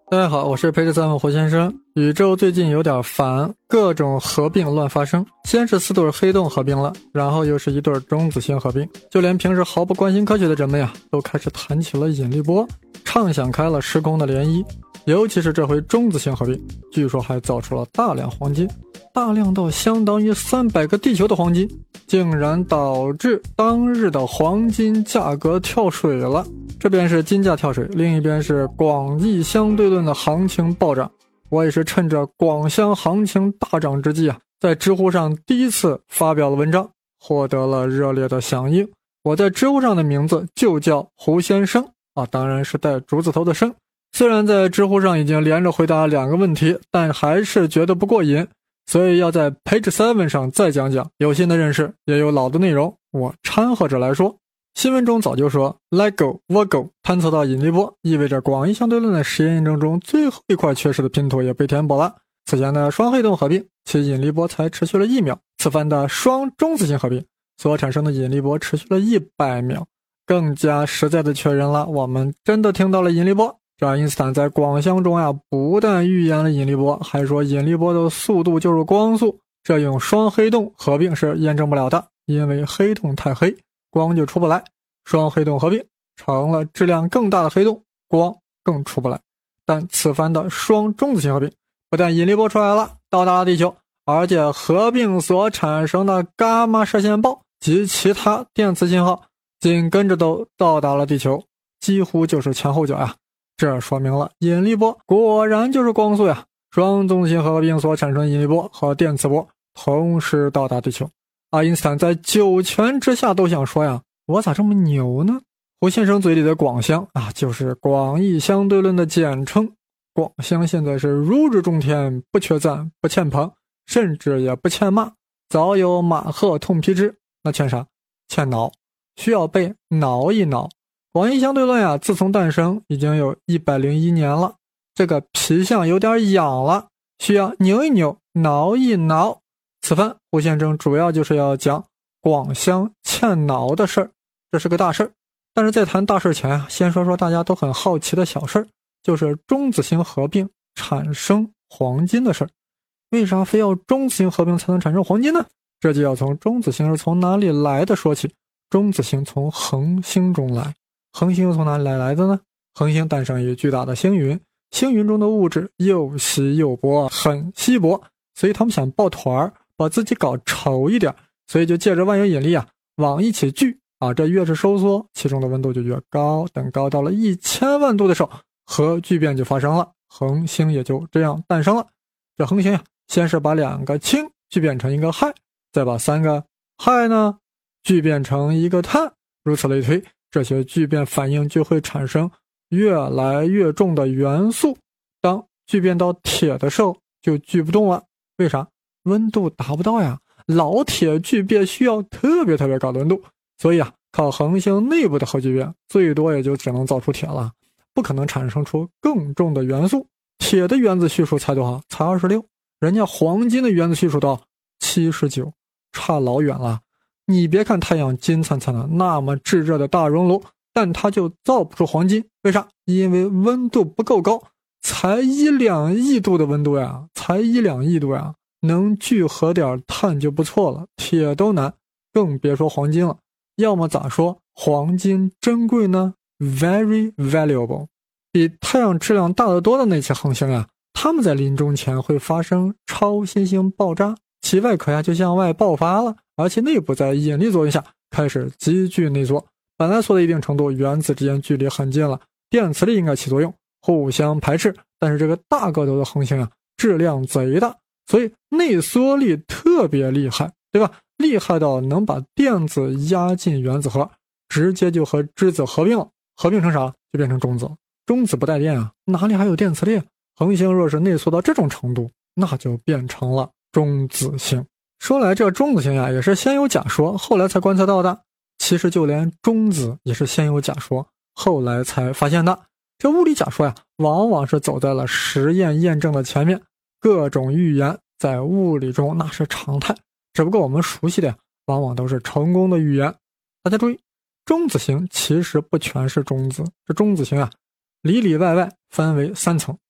大家好，我是陪着三问胡先生。宇宙最近有点烦，各种合并乱发生。先是4对黑洞合并了，然后又是1对中子星合并，就连平时毫不关心科学的人们呀，都开始谈起了引力波，畅想开了时空的涟漪。尤其是这回中子星合并，据说还造出了大量黄金，大量到相当于300个地球的黄金，竟然导致当日的黄金价格跳水了。这边是金价跳水，另一边是广义相对论的行情暴涨。我也是趁着广相行情大涨之际在知乎上第一次发表了文章，获得了热烈的响应。我在知乎上的名字就叫胡先生当然是带竹字头的生。虽然在知乎上已经连着回答2个问题，但还是觉得不过瘾，所以要在 Page 7上再讲讲，有新的认识，也有老的内容，我掺和着来说。新闻中早就说 LEGO Virgo 探测到引力波，意味着广义相对论的实验验证中最后一块缺失的拼图也被填补了。此前的双黑洞合并，其引力波才持续了1秒，此番的双中子星合并所产生的引力波持续了100秒，更加实在的确认了我们真的听到了引力波。这爱因斯坦在广相中不但预言了引力波，还说引力波的速度就是光速，这用双黑洞合并是验证不了的，因为黑洞太黑，光就出不来。双黑洞合并成了质量更大的黑洞，光更出不来。但此番的双中子星合并，不但引力波出来了，到达了地球，而且合并所产生的伽马射线暴及其他电磁信号紧跟着都到达了地球，几乎就是前后脚这说明了引力波果然就是光速双中子星合并所产生的引力波和电磁波同时到达地球。爱因斯坦在9泉之下都想说我咋这么牛呢？胡先生嘴里的广相就是广义相对论的简称。广相现在是如日中天，不缺赞，不欠捧，甚至也不欠骂，早有马赫痛批之。那欠啥？欠挠，需要被挠一挠。广义相对论自从诞生已经有101年了，这个皮相有点痒了，需要扭一扭，挠一挠。此番胡先生主要就是要讲广相欠挠的事儿，这是个大事儿。但是在谈大事前先说说大家都很好奇的小事儿，就是中子星合并产生黄金的事儿。为啥非要中子星合并才能产生黄金呢？这就要从中子星是从哪里来的说起。中子星从恒星中来，恒星又从哪里来的呢？恒星诞生于巨大的星云，星云中的物质又稀又薄，很稀薄，所以他们想抱团把自己搞稠一点，所以就借着万有引力往一起聚这越是收缩，其中的温度就越高，等高到了1000万度的时候，核聚变就发生了，恒星也就这样诞生了。这恒星先是把2个氢聚变成一个氦，再把3个氦呢聚变成一个碳，如此类推，这些聚变反应就会产生越来越重的元素。当聚变到铁的时候就聚不动了，为啥？温度达不到老铁聚变需要特别高的温度，所以靠恒星内部的核聚变最多也就只能造出铁了，不可能产生出更重的元素。铁的原子序数才多少？才26，人家黄金的原子序数到79，差老远了。你别看太阳金灿灿的，那么炙热的大熔炉，但它就造不出黄金。为啥？因为温度不够高，才1-2亿度的温度才1-2亿度能聚合点碳就不错了，铁都难，更别说黄金了。要么咋说黄金珍贵呢？ Very valuable。 比太阳质量大得多的那些恒星它们在临终前会发生超新星爆炸，其外壳就向外爆发了，而其内部在引力作用下开始急剧内缩，本来缩到一定程度，原子之间距离很近了，电磁力应该起作用，互相排斥，但是这个大个头的恒星质量贼大，所以内缩力特别厉害，对吧？厉害到能把电子压进原子核，直接就和质子合并了，合并成啥？就变成中子了。中子不带电哪里还有电磁力？恒星若是内缩到这种程度，那就变成了中子星。说来这中子星也是先有假说，后来才观测到的。其实就连中子也是先有假说，后来才发现的。这物理假说往往是走在了实验验证的前面，各种预言在物理中那是常态，只不过我们熟悉的往往都是成功的预言。大家注意，中子星其实不全是中子，这中子星里里外外分为3层，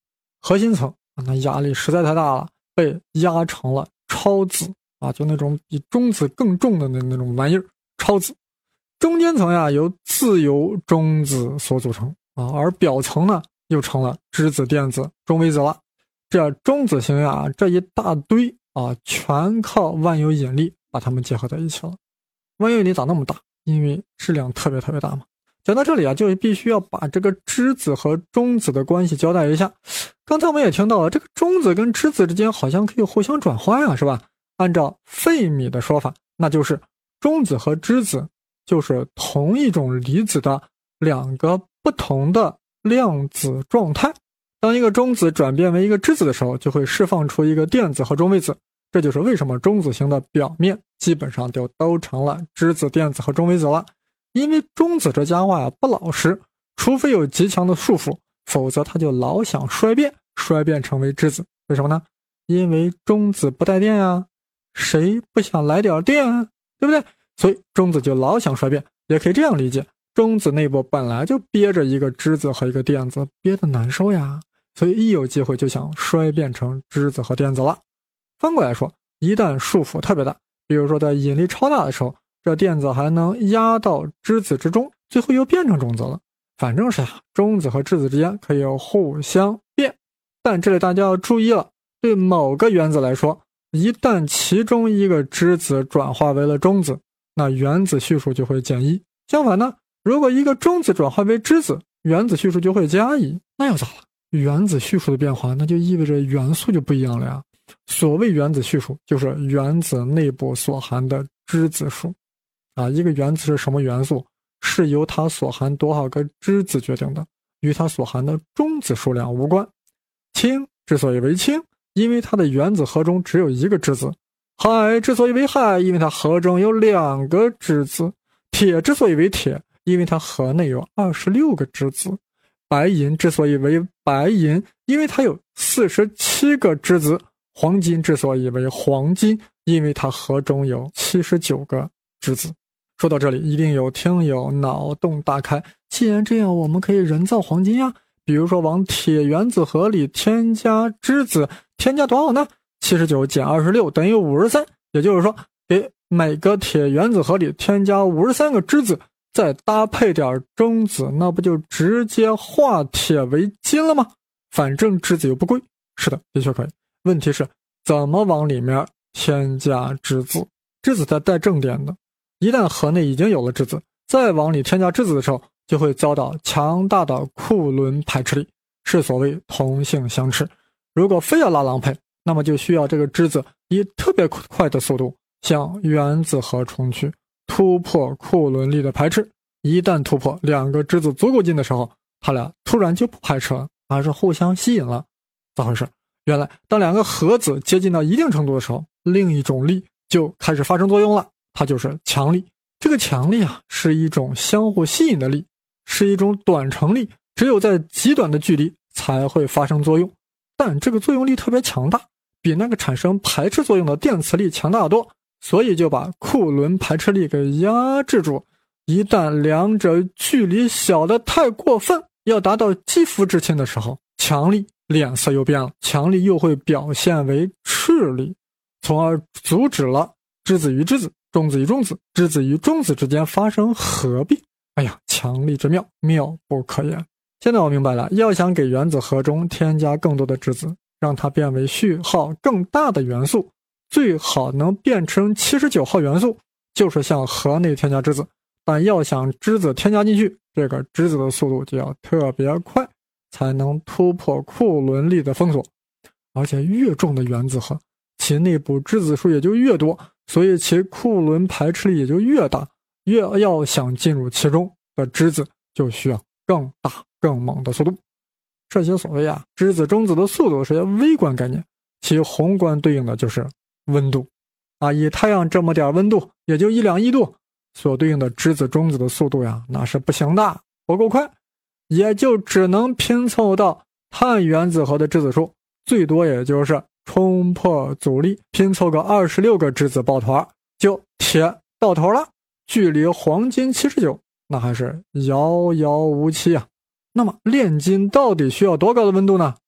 核心层那压力实在太大了，被压成了超子就那种比中子更重的那种玩意儿，超子。中间层由自由中子所组成而表层呢又成了质子、电子、中微子了。这中子星这一大堆全靠万有引力把它们结合在一起了。万有引力咋那么大？因为质量特别大嘛。讲到这里就必须要把这个质子和中子的关系交代一下。刚才我们也听到了，这个中子跟质子之间好像可以互相转换是吧？按照费米的说法，那就是中子和质子就是同一种离子的两个不同的量子状态。当一个中子转变为一个质子的时候，就会释放出一个电子和中微子。这就是为什么中子星的表面基本上就都成了质子、电子和中微子了。因为中子这家伙不老实，除非有极强的束缚，否则它就老想衰变成为质子。为什么呢？因为中子不带电谁不想来点电对不对？所以中子就老想衰变。也可以这样理解，中子内部本来就憋着一个质子和一个电子，憋得难受所以一有机会就想衰变成质子和电子了。反过来说，一旦束缚特别大，比如说在引力超大的时候，这电子还能压到质子之中，最后又变成中子了。反正是中子和质子之间可以互相变。但这里大家要注意了，对某个原子来说，一旦其中一个质子转化为了中子，那原子序数就会减一。相反呢，如果一个中子转化为质子，原子序数就会加一。那又咋了？原子序数的变化，那就意味着元素就不一样了所谓原子序数，就是原子内部所含的质子数一个原子是什么元素，是由它所含多少个质子决定的，与它所含的中子数量无关。氢之所以为氢，因为它的原子核中只有一个质子。氦之所以为氦，因为它核中有2个质子。铁之所以为铁，因为它核内有26个质子。白银之所以为白银，因为它有47个质子。黄金之所以为黄金，因为它核中有79个质子。说到这里，一定有听友脑洞大开，既然这样，我们可以人造黄金比如说往铁原子核里添加质子，添加多少呢？79减26等于53，也就是说给每个铁原子核里添加53个质子，再搭配点中子，那不就直接化铁为金了吗？反正质子又不贵。是的，的确可以。问题是怎么往里面添加质子？质子它带正电的，一旦核内已经有了质子，再往里添加质子的时候，就会遭到强大的库伦排斥力，是所谓同性相斥。如果非要拉郎配，那么就需要这个质子以特别快的速度向原子核冲去，突破库伦力的排斥。一旦突破2个质子足够近的时候，它俩突然就不排斥了，而是互相吸引了。咋回事？原来当2个核子接近到一定程度的时候，另一种力就开始发生作用了，它就是强力。这个强力是一种相互吸引的力，是一种短程力，只有在极短的距离才会发生作用。但这个作用力特别强大，比那个产生排斥作用的电磁力强大得多，所以就把库伦排斥力给压制住。一旦两者距离小得太过分，要达到肌肤之亲的时候，强力脸色又变了，强力又会表现为斥力，从而阻止了质子与质子、中子与中子、质子与中子之间发生合并。哎呀，强力之妙，妙不可言。现在我明白了，要想给原子核中添加更多的质子，让它变为序号更大的元素，最好能变成79号元素，就是向核内添加质子。但要想质子添加进去，这个质子的速度就要特别快，才能突破库伦力的封锁。而且越重的原子核，其内部质子数也就越多，所以其库伦排斥力也就越大。越要想进入其中的质子，就需要更大更猛的速度。这些所谓质子中子的速度是些微观概念，其宏观对应的就是温度以太阳这么点温度，也就1两亿度，所对应的质子中子的速度那是不行的，不够快，也就只能拼凑到碳原子核的质子数，最多也就是冲破阻力，拼凑个26个质子抱团，就铁到头了。距离黄金79，那还是遥遥无期啊。那么炼金到底需要多高的温度呢？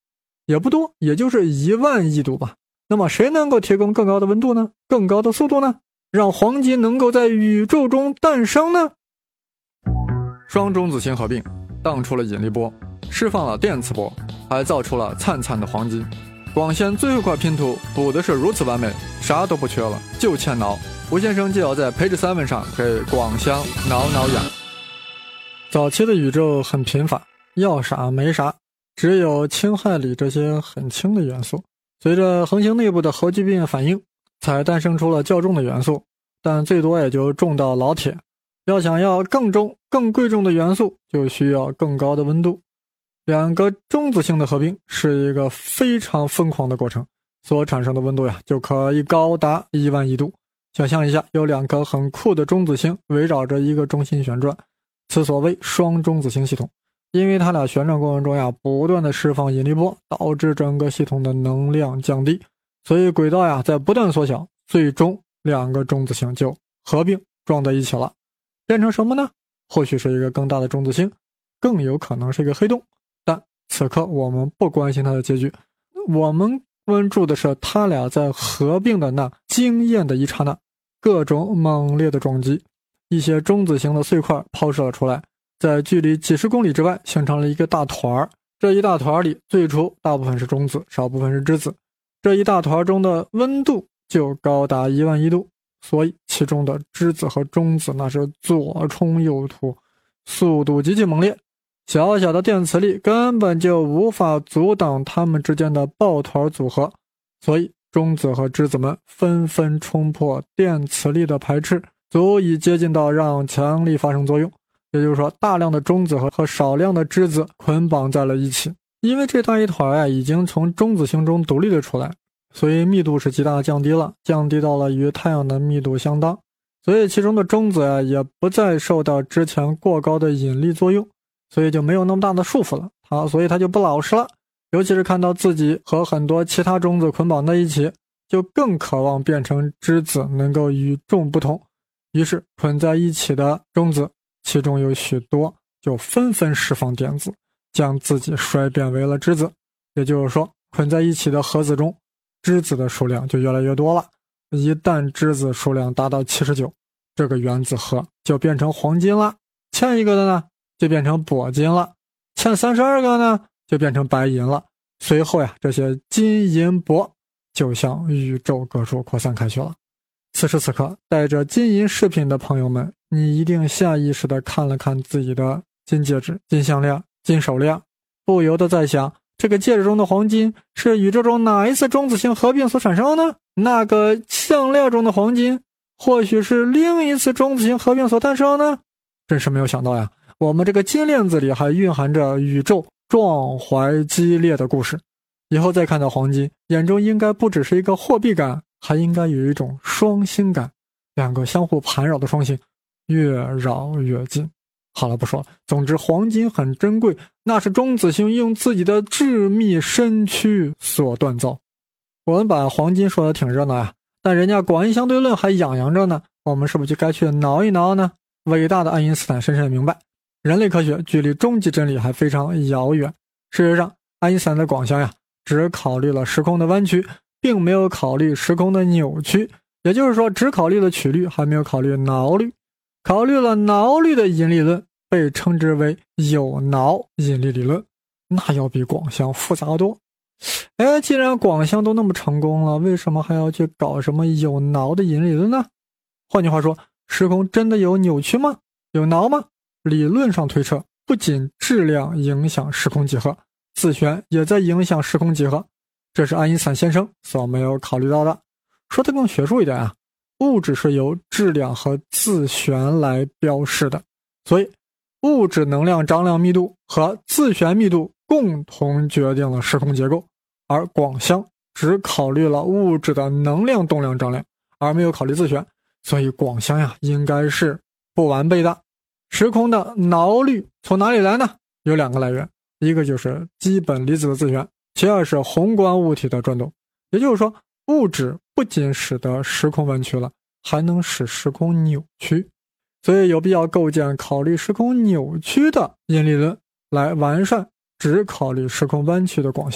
也不多，也就是10000亿度吧。那么谁能够提供更高的温度呢？更高的速度呢？让黄金能够在宇宙中诞生呢？双中子星合并荡出了引力波，释放了电磁波，还造出了灿灿的黄金。广线最后一块拼图补的是如此完美，啥都不缺了，就欠挠。吴先生就要在Page 7上给广香挠挠痒。早期的宇宙很贫乏，要啥没啥，只有氢氦锂这些很轻的元素。随着恒星内部的核聚变反应，才诞生出了较重的元素，但最多也就重到老铁。要想要更重更贵重的元素，就需要更高的温度。两个中子星的合并是一个非常疯狂的过程，所产生的温度呀就可以高达10000亿度。想象一下，有2颗很酷的中子星围绕着一个中心旋转，此所谓双中子星系统。因为它俩旋转过程中呀不断的释放引力波，导致整个系统的能量降低，所以轨道呀在不断缩小，最终2个中子星就合并撞在一起了，变成什么呢？或许是一个更大的中子星，更有可能是一个黑洞。但此刻我们不关心它的结局，我们关注的是它俩在合并的那惊艳的一刹那，各种猛烈的撞击，一些中子星的碎块抛射了出来，在距离几十公里之外形成了一个大团。这一大团里最初大部分是中子，少部分是质子。这一大团中的温度就高达10000亿度，所以其中的质子和中子那是左冲右突，速度极其猛烈，小小的电磁力根本就无法阻挡它们之间的抱团组合，所以中子和质子们纷纷冲破电磁力的排斥，足以接近到让强力发生作用。也就是说，大量的中子和少量的质子捆绑在了一起。因为这大一团已经从中子星中独立了出来，所以密度是极大的降低了，降低到了与太阳的密度相当，所以其中的中子也不再受到之前过高的引力作用，所以就没有那么大的束缚了，所以它就不老实了。尤其是看到自己和很多其他中子捆绑在一起，就更渴望变成质子，能够与众不同。于是捆在一起的中子其中有许多就纷纷释放电子，将自己衰变为了质子。也就是说，捆在一起的核子中质子的数量就越来越多了，一旦质子数量达到79，这个原子核就变成黄金了，欠一个的呢就变成铂金了，欠32个呢就变成白银了。随后这些金银铂就向宇宙各处扩散开去了。此时此刻，带着金银饰品的朋友们，你一定下意识地看了看自己的金戒指、金项链、金手链，不由得在想，这个戒指中的黄金是宇宙中哪一次中子星合并所产生呢？那个项链中的黄金或许是另一次中子星合并所诞生呢？真是没有想到呀，我们这个金链子里还蕴含着宇宙壮怀激烈的故事。以后再看到黄金，眼中应该不只是一个货币感，还应该有一种双星感，两个相互盘绕的双星，越绕越近。好了，不说了，总之黄金很珍贵，那是中子星用自己的致密身躯所锻造。我们把黄金说的挺热闹呀，但人家广义相对论还痒痒着呢，我们是不是就该去挠一挠呢？伟大的爱因斯坦深深明白，人类科学距离终极真理还非常遥远。事实上，爱因斯坦的广相只考虑了时空的弯曲，并没有考虑时空的扭曲，也就是说只考虑了曲率，还没有考虑挠率。考虑了挠率的引力论被称之为有挠引力理论，那要比广相复杂多。既然广相都那么成功了，为什么还要去搞什么有挠的引力论呢？换句话说，时空真的有扭曲吗？有挠吗？理论上推测，不仅质量影响时空几何，自旋也在影响时空几何，这是爱因斯坦先生所没有考虑到的。说得更学术一点物质是由质量和自旋来标示的，所以物质能量张量密度和自旋密度共同决定了时空结构，而广相只考虑了物质的能量动量张量，而没有考虑自旋，所以广相应该是不完备的。时空的挠率从哪里来呢？有2个来源，一个就是基本粒子的自旋，其二是宏观物体的转动。也就是说，物质不仅使得时空弯曲了，还能使时空扭曲，所以有必要构建考虑时空扭曲的引力论，来完善只考虑时空弯曲的广相。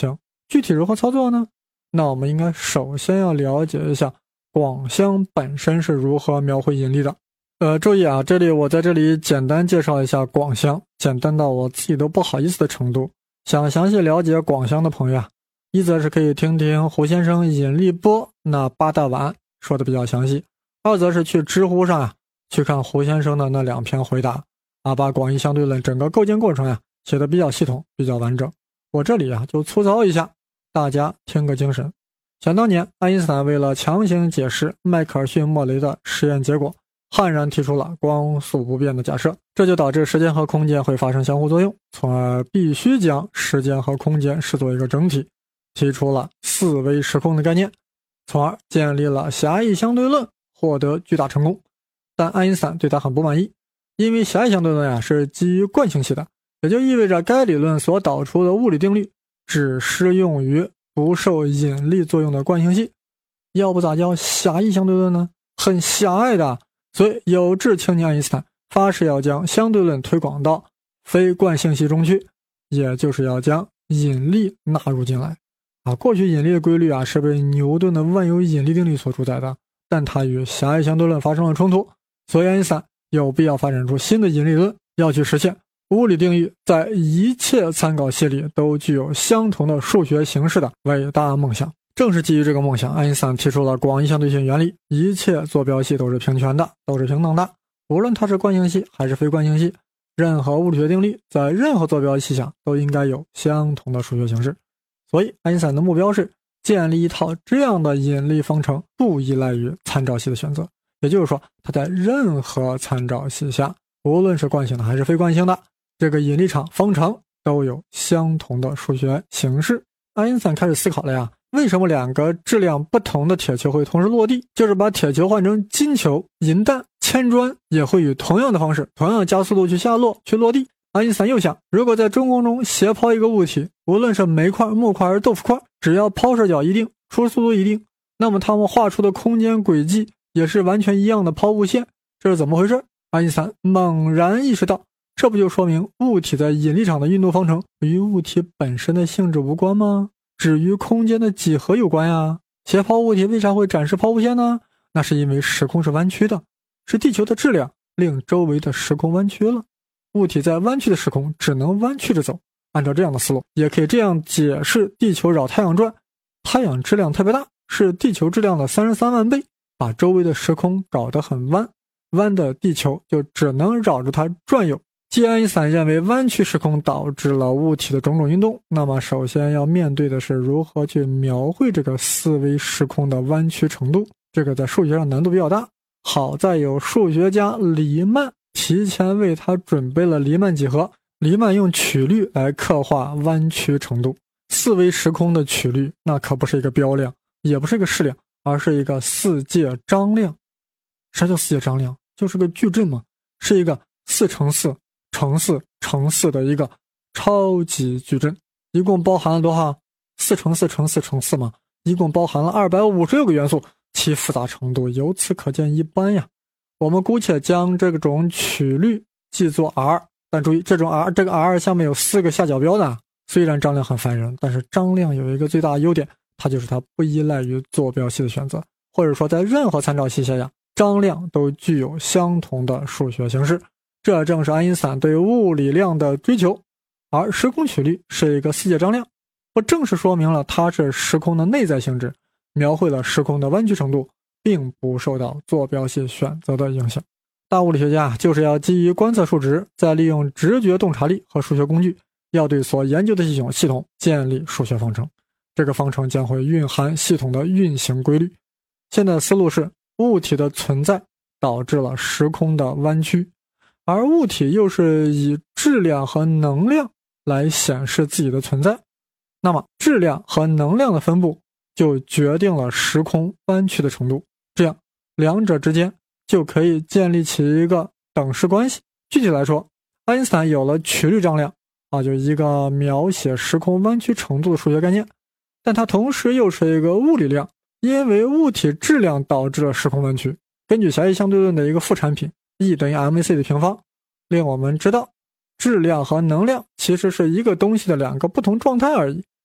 具体如何操作呢？那我们应该首先要了解一下广相本身是如何描绘引力的。注意啊，我在这里简单介绍一下广相，简单到我自己都不好意思的程度。想详细了解广相的朋友啊，一则是可以听听胡先生引力波那8大碗说的比较详细，二则是去知乎上去看胡先生的那2篇回答把广义相对论整个构建过程写得比较系统，比较完整。我这里就粗糙一下，大家听个精神。想当年爱因斯坦为了强行解释迈克尔逊莫雷的实验结果，悍然提出了光速不变的假设，这就导致时间和空间会发生相互作用，从而必须将时间和空间视作一个整体，提出了4维时空的概念，从而建立了狭义相对论，获得巨大成功。但爱因斯坦对他很不满意，因为狭义相对论是基于惯性系的，也就意味着该理论所导出的物理定律只适用于不受引力作用的惯性系，要不咋叫狭义相对论呢？很狭隘的。所以有志青年爱因斯坦发誓要将相对论推广到非惯性系中去，也就是要将引力纳入进来过去引力的规律是被牛顿的万有引力定律所主宰的，但它与狭义相对论发生了冲突，所以爱因斯坦有必要发展出新的引力论，要去实现物理定律在一切参考系里都具有相同的数学形式的伟大梦想。正是基于这个梦想，爱因斯坦提出了广义相对性原理，一切坐标系都是平权的，都是平等的，无论它是惯性系还是非惯性系，任何物理学定律在任何坐标系下都应该有相同的数学形式。所以爱因斯坦的目标是建立一套这样的引力方程，不依赖于参照系的选择，也就是说它在任何参照系下，无论是惯性的还是非惯性的，这个引力场方程都有相同的数学形式。爱因斯坦开始思考了为什么2个质量不同的铁球会同时落地？就是把铁球换成金球、银弹、铅砖，也会以同样的方式、同样的加速度去下落、去落地。爱因斯坦又想，如果在中空中斜抛一个物体，无论是煤块、木块还是豆腐块，只要抛射角一定，出速度一定，那么它们画出的空间轨迹也是完全一样的抛物线。这是怎么回事？爱因斯坦猛然意识到，这不就说明物体在引力场的运动方程与物体本身的性质无关吗？只与空间的几何有关斜抛物体为啥会展示抛物线呢？那是因为时空是弯曲的，是地球的质量令周围的时空弯曲了，物体在弯曲的时空只能弯曲着走。按照这样的思路，也可以这样解释地球绕太阳转，太阳质量特别大，是地球质量的33万倍，把周围的时空搞得很弯，弯的地球就只能绕着它转悠。既爱因斯坦认为弯曲时空导致了物体的种种运动，那么首先要面对的是如何去描绘这个4维时空的弯曲程度。这个在数学上难度比较大，好在有数学家黎曼提前为他准备了黎曼几何。黎曼用曲率来刻画弯曲程度，4维时空的曲率那可不是一个标量，也不是一个势量，而是一个4届张量。啥叫4届张量？就是个矩阵嘛，是一个4乘4乘4乘4的一个超级矩阵，一共包含了多少？4乘4乘4乘4嘛，一共包含了256个元素，其复杂程度由此可见一斑呀。我们姑且将这种曲率记作 r， 但注意这个 r 下面有4个下角标的，虽然张量很烦人，但是张量有一个最大的优点，它就是它不依赖于坐标系的选择，或者说在任何参照系下张量都具有相同的数学形式。这正是爱因斯坦对物理量的追求，而时空曲率是一个4届张量，不正是说明了它是时空的内在性质，描绘了时空的弯曲程度，并不受到坐标系选择的影响。大物理学家就是要基于观测数值，再利用直觉洞察力和数学工具，要对所研究的系统建立数学方程。这个方程将会蕴含系统的运行规律。现在的思路是，物体的存在导致了时空的弯曲，而物体又是以质量和能量来显示自己的存在，那么质量和能量的分布就决定了时空弯曲的程度，这样两者之间就可以建立起一个等式关系。具体来说，爱因斯坦有了曲率张量就一个描写时空弯曲程度的数学概念，但它同时又是一个物理量，因为物体质量导致了时空弯曲。根据狭义相对论的一个副产品 E 等于 mc 的平方，令我们知道质量和能量其实是一个东西的2个不同状态而已。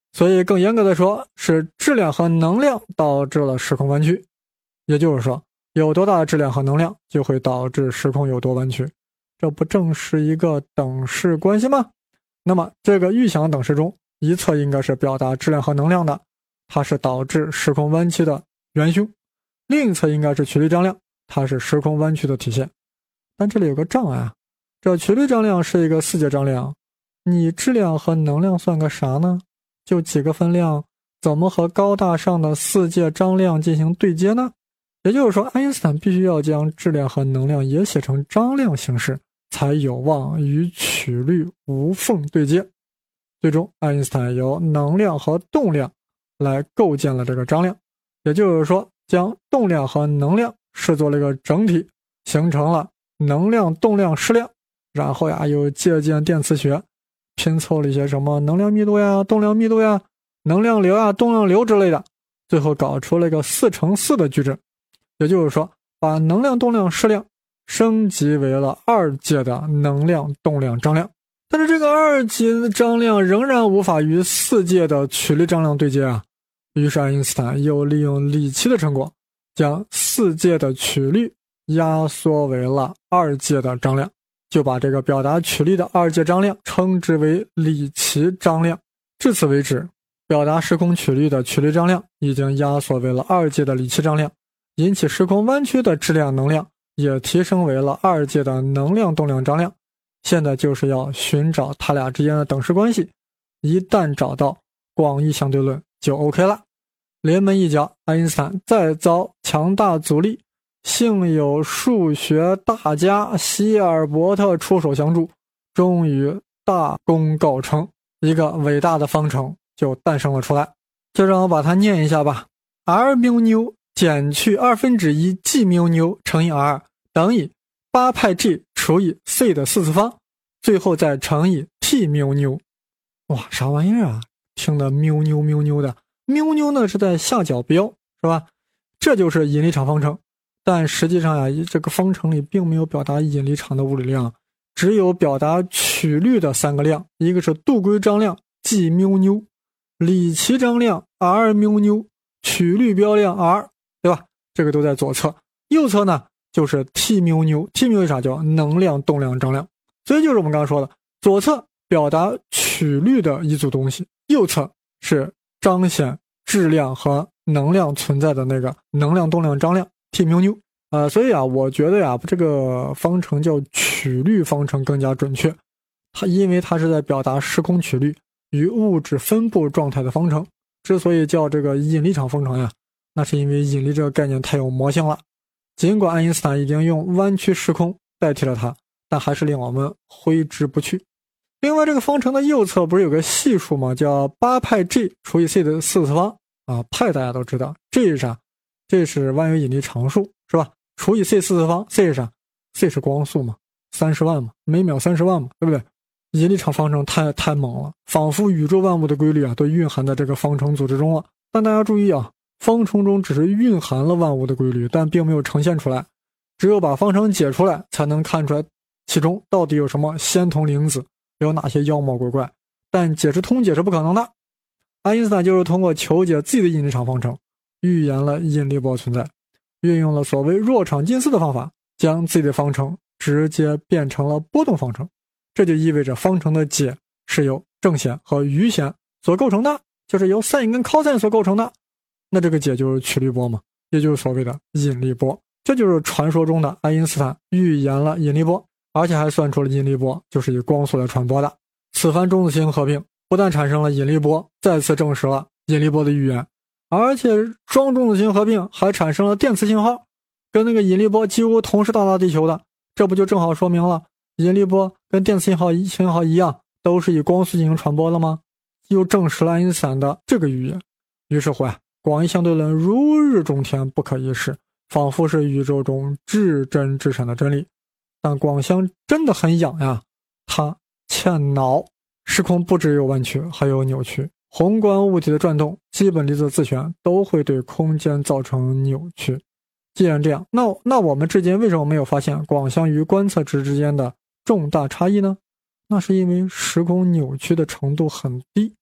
所以更严格的说，是质量和能量导致了时空弯曲。也就是说，有多大的质量和能量，就会导致时空有多弯曲。这不正是一个等式关系吗？那么这个预想等式中，一侧应该是表达质量和能量的，它是导致时空弯曲的元凶；另一侧应该是曲率张量，它是时空弯曲的体现。但这里有个障碍啊，这曲率张量是一个4阶张量，你质量和能量算个啥呢？就几个分量，怎么和高大上的4阶张量进行对接呢？也就是说，爱因斯坦必须要将质量和能量也写成张量形式，才有望与曲率无缝对接。最终，爱因斯坦由能量和动量来构建了这个张量，也就是说，将动量和能量视作了一个整体，形成了能量动量矢量。然后又借鉴电磁学，拼凑了一些什么能量密度呀、动量密度呀、能量流呀、动量流之类的，最后搞出了一个4×4的矩阵。也就是说，把能量动量矢量升级为了2阶的能量动量张量。但是这个2阶张量仍然无法与4阶的曲率张量对接啊。于是爱因斯坦又利用里奇的成果，将4阶的曲率压缩为了2阶的张量，就把这个表达曲率的2阶张量称之为里奇张量。至此为止，表达时空曲率的曲率张量已经压缩为了2阶的里奇张量，引起时空弯曲的质量能量也提升为了2阶的能量动量张量。现在就是要寻找它俩之间的等式关系，一旦找到，广义相对论就 OK 了。临门一脚，爱因斯坦再遭强大阻力，幸有数学大家希尔伯特出手相助，终于大功告成，一个伟大的方程就诞生了出来。就让我把它念一下吧。r μ 减去1/2 g μ乘以 r 等于8派 g 除以 c 的4次方，最后再乘以 t μ。哇，啥玩意儿啊？听得喵妞喵妞的，喵妞呢是在下角标，是吧？这就是引力场方程。但实际上这个方程里并没有表达引力场的物理量，只有表达曲率的3个量，一个是度规张量 g μ， 里奇张量 r μ， 曲率标量 r， 对吧？这个都在左侧。右侧呢就是 t μ， t μ 是啥？叫能量动量张量。所以就是我们刚刚说的，左侧表达曲率的一组东西，右侧是彰显质量和能量存在的那个能量动量张量 t μ。所以我觉得这个方程叫曲率方程更加准确。因为它是在表达时空曲率与物质分布状态的方程。之所以叫这个引力场方程那是因为引力这个概念太有魔性了。尽管爱因斯坦已经用弯曲时空代替了它，但还是令我们挥之不去。另外，这个方程的右侧不是有个系数吗？叫8派 g 除以 c 的4次方派大家都知道 ，g 是啥？这是万有引力常数，是吧？除以 c 4次方 ，c 是啥 ？c 是光速嘛，30万嘛，每秒30万嘛，对不对？引力场方程太猛了，仿佛宇宙万物的规律都蕴含在这个方程组织中了。但大家注意方程中只是蕴含了万物的规律，但并没有呈现出来。只有把方程解出来，才能看出来其中到底有什么仙童灵子，有哪些妖魔鬼怪。但解释通解是不可能的。爱因斯坦就是通过求解自己的引力场方程，预言了引力波存在，运用了所谓弱场近似的方法，将自己的方程直接变成了波动方程。这就意味着方程的解是由正弦和余弦所构成的，就是由 sin 跟 cos 所构成的。那这个解就是曲率波嘛，也就是所谓的引力波。这就是传说中的爱因斯坦预言了引力波，而且还算出了引力波就是以光速来传播的。此番中子星合并不但产生了引力波，再次证实了引力波的预言，而且双中子星合并还产生了电磁信号，跟那个引力波几乎同时到达地球的。这不就正好说明了引力波跟电磁信号一样，都是以光速进行传播的吗？又证实了爱因斯坦的这个预言。于是乎广义相对论如日中天，不可一世，仿佛是宇宙中至真至善的真理。但广相真的很痒它欠脑。时空不只有弯曲，还有扭曲。宏观物体的转动、基本粒子自旋都会对空间造成扭曲。既然这样，那我们至今为什么没有发现广相与观测值之间的重大差异呢？那是因为时空扭曲的程度很低。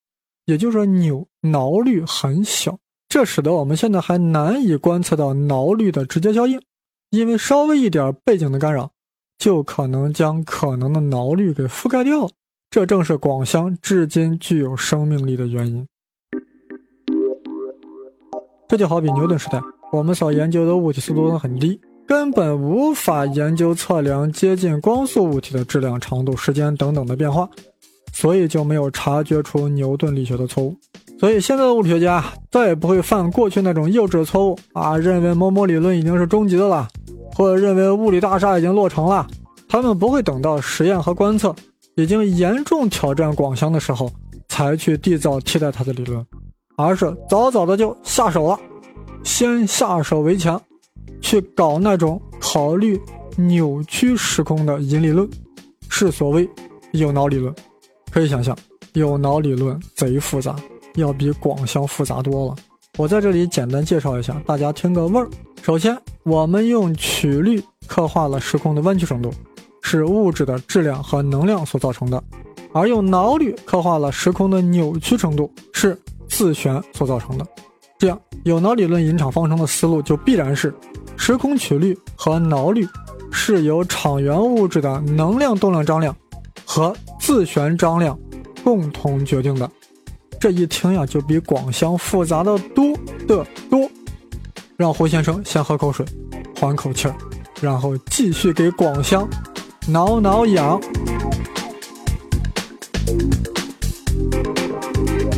也就是说扭挠率很小，这使得我们现在还难以观测到挠率的直接效应，因为稍微一点背景的干扰就可能将可能的挠率给覆盖掉，这正是广相至今具有生命力的原因。这就好比牛顿时代，我们所研究的物体速度很低，根本无法研究测量接近光速物体的质量、长度、时间等等的变化，所以就没有察觉出牛顿力学的错误。所以现在的物理学家再也不会犯过去那种幼稚的错误认为某某理论已经是终极的了，或者认为物理大厦已经落成了。他们不会等到实验和观测已经严重挑战广相的时候才去缔造替代它的理论，而是早早的就下手了，先下手为强，去搞那种考虑扭曲时空的引理论，是所谓有脑理论。可以想象，有脑理论贼复杂，要比广相复杂多了。我在这里简单介绍一下，大家听个味儿。首先，我们用曲率刻画了时空的弯曲程度，是物质的质量和能量所造成的，而用脑率刻画了时空的扭曲程度，是自旋所造成的。这样，有脑理论引场方程的思路就必然是时空曲率和脑率是由场源物质的能量动量张量和自旋张量共同决定的。这一听呀，就比广相复杂的多得多。让胡先生先喝口水，缓口气儿，然后继续给广相挠挠痒。